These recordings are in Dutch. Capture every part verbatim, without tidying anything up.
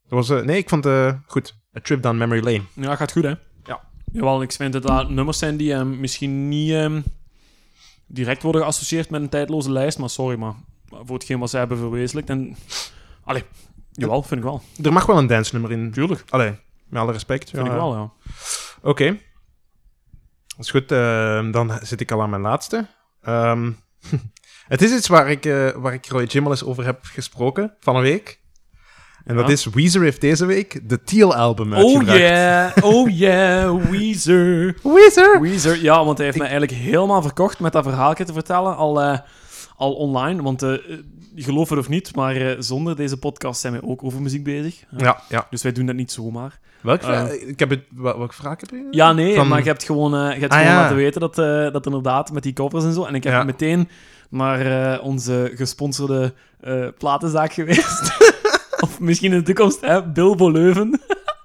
Dat was, uh, nee, ik vond het uh, goed. A Trip Down Memory Lane. Ja, gaat goed, hè? Ja. Jawel, ik vind dat dat nummers zijn die um, misschien niet um, direct worden geassocieerd met een tijdloze lijst, maar sorry, maar voor hetgeen wat zij hebben verwezenlijkt. En... Allee, jawel, vind ik wel. Er mag wel een dance-nummer in. Tuurlijk. Allee, met alle respect. Vind ja, ik wel, ja. Oké. Okay. Dat is goed. Uh, dan zit ik al aan mijn laatste. Um, het is iets waar ik, uh, waar ik Roy Jim al eens over heb gesproken van een week. En ja. dat is, Weezer heeft deze week de Teal-album uitgebracht. Oh yeah, oh yeah, Weezer. Weezer! Weezer, ja, want hij heeft ik... mij eigenlijk helemaal verkocht met dat verhaaltje te vertellen, al, uh, al online. Want uh, geloof het of niet, maar uh, zonder deze podcast zijn wij ook over muziek bezig. Uh, ja, ja. Dus wij doen dat niet zomaar. Welke vraag? Uh, ik heb het, welke vraag heb je? Ja, nee, Van... maar je hebt gewoon, uh, je hebt ah, gewoon ja. laten weten dat, uh, dat inderdaad met die covers en zo. En ik heb ja. meteen naar uh, onze gesponsorde uh, platenzaak geweest. Of misschien in de toekomst, hè, Bilbo Leuven.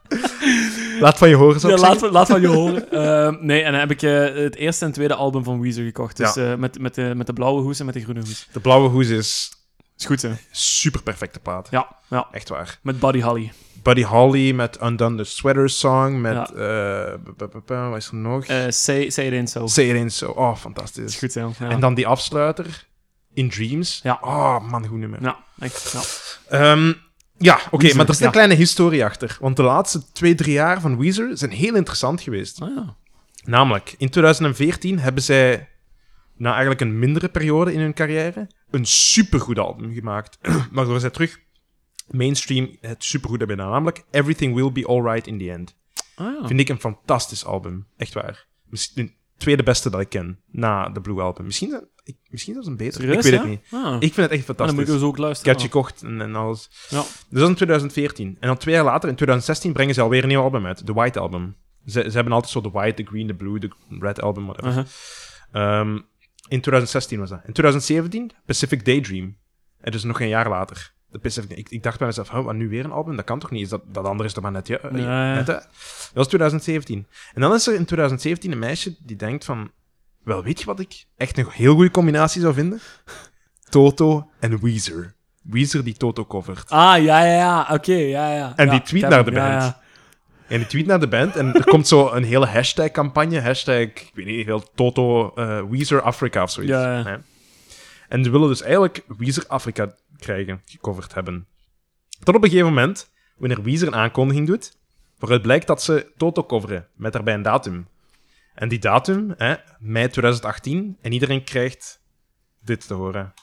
Laat van je horen, zou ja, ik laat, laat van je horen. Uh, nee, en dan heb ik uh, het eerste en tweede album van Weezer gekocht. Dus ja. uh, met, met, de, met de blauwe hoes en met de groene hoes. De blauwe hoes is... Is goed, hè? Super perfecte plaat. Ja, ja. Echt waar. Met Buddy Holly. Buddy Holly, met Undone the Sweater Song, met... Ja. Uh, b- b- b- wat is er nog? Uh, say, say It Ain't So. Say It Ain't So. Oh, fantastisch. Is goed, hè? Ja. En dan die afsluiter, In Dreams. Ja. Oh, man, goed nummer. Ja, echt, ja. Um, Ja, oké, okay, maar er zit een ja. kleine historie achter. Want de laatste twee, drie jaar van Weezer zijn heel interessant geweest. Oh, ja. Namelijk, in twintig veertien hebben zij, na eigenlijk een mindere periode in hun carrière, een supergoed album gemaakt. Waardoor zij terug mainstream het supergoed hebben gedaan. Namelijk Everything Will Be Alright in the End. Oh, ja. Vind ik een fantastisch album. Echt waar. Misschien het tweede beste dat ik ken, na de Blue Album. Misschien, ik, misschien zelfs een beter. Serieus, ik weet ja? het niet. Ah. Ik vind het echt fantastisch. En dan moet ik dus ook luisteren. Catchy kocht en, en alles. Ja. Dus dat is in twintig veertien. En dan twee jaar later, in twintig zestien, brengen ze alweer een nieuw album uit. De White Album. Ze, ze hebben altijd zo de White, de Green, de Blue, de Red Album, whatever. Uh-huh. Um, in twintig zestien was dat. In twintig zeventien, Pacific Daydream. En dus nog een jaar later. De Pacific, ik, ik dacht bij mezelf, oh, wat, nu weer een album? Dat kan toch niet? Is dat, dat andere is toch maar net... Ja, ja, ja. net dat was twintig zeventien. En dan is er in twintig zeventien een meisje die denkt van... Wel, weet je wat ik echt een heel goede combinatie zou vinden? Toto en Weezer. Weezer die Toto covert. Ah, ja, ja, ja. Oké, okay, ja, ja. En ja, die tweet naar de band. Ja, ja. En die tweet naar de band. En er komt zo een hele hashtag-campagne. Hashtag, ik weet niet, heel Toto uh, Weezer Africa of zoiets. Ja, ja. Nee. En ze willen dus eigenlijk Weezer Afrika krijgen, gecoverd hebben. Tot op een gegeven moment, wanneer Weezer een aankondiging doet, waaruit blijkt dat ze Toto coveren, met daarbij een datum. En die datum, hè, mei twintig achttien, en iedereen krijgt dit te horen.